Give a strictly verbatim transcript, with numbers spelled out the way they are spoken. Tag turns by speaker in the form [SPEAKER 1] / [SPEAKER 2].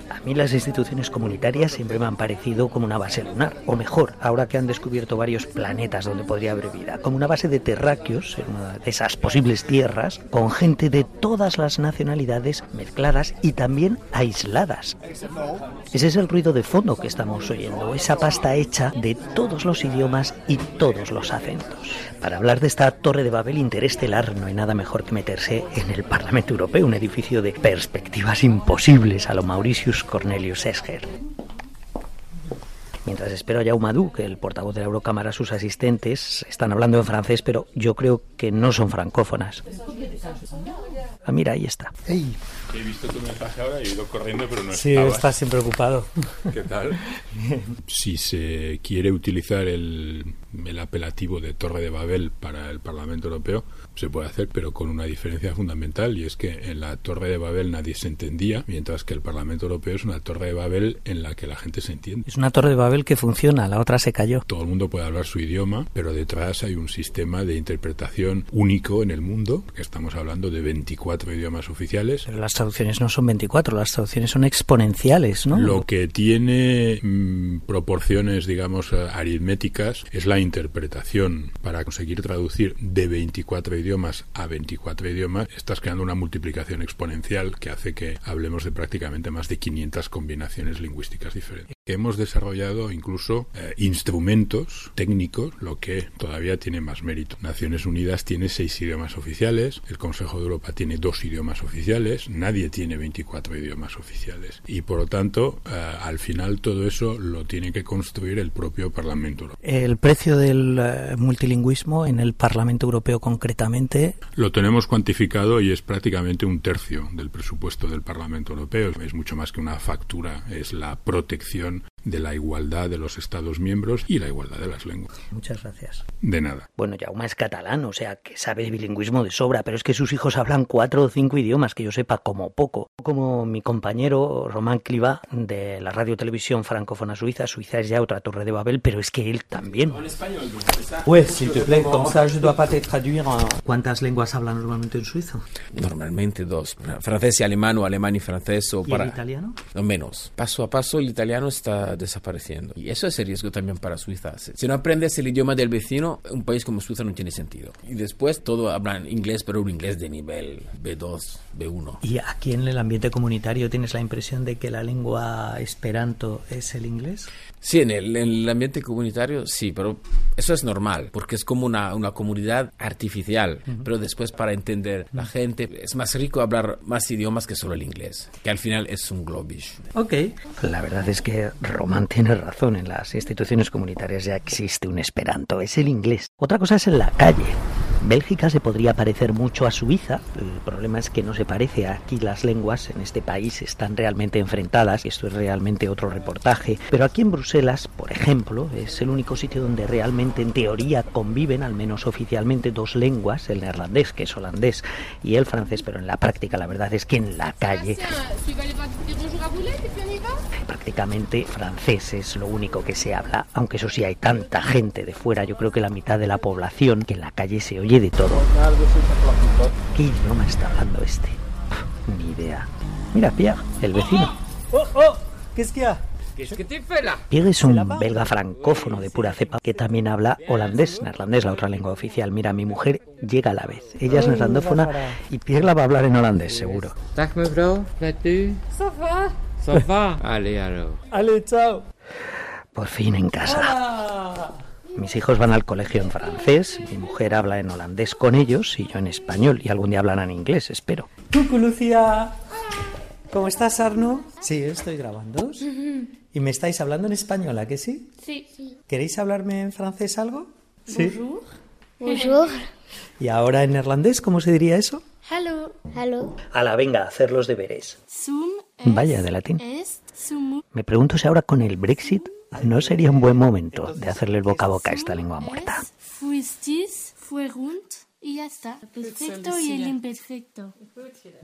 [SPEAKER 1] A mí las instituciones comunitarias siempre me han parecido como una base lunar, o mejor, ahora que han descubierto varios planetas donde podría haber vida, como una base de terráqueos en una de esas posibles tierras, con gente de todas las nacionalidades mezcladas y también aisladas. Ese es el ruido de fondo que estamos oyendo, esa pasta hecha de todos los idiomas y todos los acentos. Para hablar de esta torre de Babel interestelar no hay nada mejor que meterse en el Parlamento Europeo, un edificio de perspectivas imposibles a lo Mauritius Cornelius Escher. Mientras espero a Jaume Adu, que el portavoz de la Eurocámara, sus asistentes están hablando en francés, pero yo creo que no son francófonas. Ah, mira, ahí está.
[SPEAKER 2] Hey.
[SPEAKER 3] He visto tu mensaje ahora y he ido corriendo, pero no
[SPEAKER 2] sí,
[SPEAKER 3] estabas.
[SPEAKER 2] Sí, estás siempre ocupado.
[SPEAKER 3] ¿Qué tal? Si se quiere utilizar el, el apelativo de Torre de Babel para el Parlamento Europeo, se puede hacer, pero con una diferencia fundamental, y es que en la Torre de Babel nadie se entendía, mientras que el Parlamento Europeo es una Torre de Babel en la que la gente se entiende.
[SPEAKER 1] Es una Torre de Babel que funciona, la otra se cayó.
[SPEAKER 3] Todo el mundo puede hablar su idioma, pero detrás hay un sistema de interpretación único en el mundo, que estamos hablando de veinticuatro idiomas oficiales.
[SPEAKER 1] Pero las traducciones no son veinticuatro, las traducciones son exponenciales, ¿no?
[SPEAKER 3] Lo que tiene mmm, proporciones, digamos, aritméticas es la interpretación. Para conseguir traducir de veinticuatro idiomas a veinticuatro idiomas, estás creando una multiplicación exponencial que hace que hablemos de prácticamente más de quinientas combinaciones lingüísticas diferentes. Hemos desarrollado incluso eh, instrumentos técnicos, lo que todavía tiene más mérito. Naciones Unidas tiene seis idiomas oficiales, el Consejo de Europa tiene dos idiomas oficiales, nadie tiene veinticuatro idiomas oficiales. Y por lo tanto, eh, al final todo eso lo tiene que construir el propio Parlamento Europeo.
[SPEAKER 1] ¿El precio del uh, multilingüismo en el Parlamento Europeo concretamente?
[SPEAKER 3] Lo tenemos cuantificado y es prácticamente un tercio del presupuesto del Parlamento Europeo. Es mucho más que una factura, es la protección de la igualdad de los Estados miembros y la igualdad de las lenguas.
[SPEAKER 1] Muchas gracias.
[SPEAKER 3] De nada.
[SPEAKER 1] Bueno, Jaume es catalán, o sea, que sabe de bilingüismo de sobra, pero es que sus hijos hablan cuatro o cinco idiomas, que yo sepa, como poco. Como mi compañero Romain Clivat, de la radio televisión francófona suiza. Suiza es ya otra Torre de Babel, pero es que él también.
[SPEAKER 2] Ouais, s'il te plaît, comme ça je dois pas te traduire en...
[SPEAKER 1] ¿Cuántas lenguas hablan normalmente en suizo?
[SPEAKER 4] Normalmente dos. Francés y alemán o alemán y francés. O
[SPEAKER 1] ¿Y
[SPEAKER 4] para...
[SPEAKER 1] el italiano?
[SPEAKER 4] No, menos. Paso a paso el italiano está desapareciendo. Y eso es el riesgo también para Suiza. Si no aprendes el idioma del vecino, un país como Suiza no tiene sentido. Y después todo hablan inglés, pero un inglés de nivel B dos, B uno.
[SPEAKER 1] ¿Y aquí en el ambiente comunitario tienes la impresión de que la lengua esperanto es el inglés?
[SPEAKER 4] Sí, en el, en el ambiente comunitario sí, pero eso es normal, porque es como una, una comunidad artificial. Uh-huh. Pero después, para entender la gente, es más rico hablar más idiomas que solo el inglés, que al final es un globish.
[SPEAKER 1] Ok. La verdad es que Román tiene razón, en las instituciones comunitarias ya existe un esperanto, es el inglés. Otra cosa es en la calle. Bélgica se podría parecer mucho a Suiza, el problema es que no se parece. Aquí las lenguas en este país están realmente enfrentadas, y esto es realmente otro reportaje, pero aquí en Bruselas, por ejemplo, es el único sitio donde realmente en teoría conviven, al menos oficialmente, dos lenguas, el neerlandés, que es holandés, y el francés, pero en la práctica la verdad es que en la calle prácticamente francés es lo único que se habla, aunque eso sí, hay tanta gente de fuera, yo creo que la mitad de la población, que en la calle se oye de todo. ¿Qué idioma está hablando este? Pff, ni idea. Mira, Pierre, el vecino.
[SPEAKER 2] Oh, oh, qu'est-ce qu'il y a?
[SPEAKER 1] Pierre es un belga francófono de pura cepa que también habla holandés, neerlandés, la otra lengua oficial. Mira, mi mujer llega a la vez. Ella es neerlandófona y Pierre la va a hablar en holandés, seguro.
[SPEAKER 5] Dag mevrouw, met u? Ça va? Ça va? Allez, alors.
[SPEAKER 2] Allez, chao.
[SPEAKER 1] Por fin en casa.
[SPEAKER 2] Hola.
[SPEAKER 1] Mis hijos van al colegio en francés, mi mujer habla en holandés con ellos y yo en español, y algún día hablarán inglés, espero.
[SPEAKER 2] Cucu, Lucía. ¿Cómo estás, Arno? Sí, estoy grabando. ¿Y me estáis hablando en español, a que sí?
[SPEAKER 6] Sí. sí.
[SPEAKER 2] ¿Queréis hablarme en francés algo? Sí.
[SPEAKER 6] Bonjour. Bonjour.
[SPEAKER 1] ¿Y ahora en neerlandés cómo se diría eso?
[SPEAKER 6] Hello. Hello.
[SPEAKER 1] Ala, venga, a hacer los deberes.
[SPEAKER 6] Zoom.
[SPEAKER 1] Vaya, de latín.
[SPEAKER 6] Es zoom.
[SPEAKER 1] Me pregunto si ahora con el Brexit no sería un buen momento de hacerle el boca a boca a esta lengua muerta.
[SPEAKER 6] Fuistis, fuerunt y ya está. Perfecto y el imperfecto.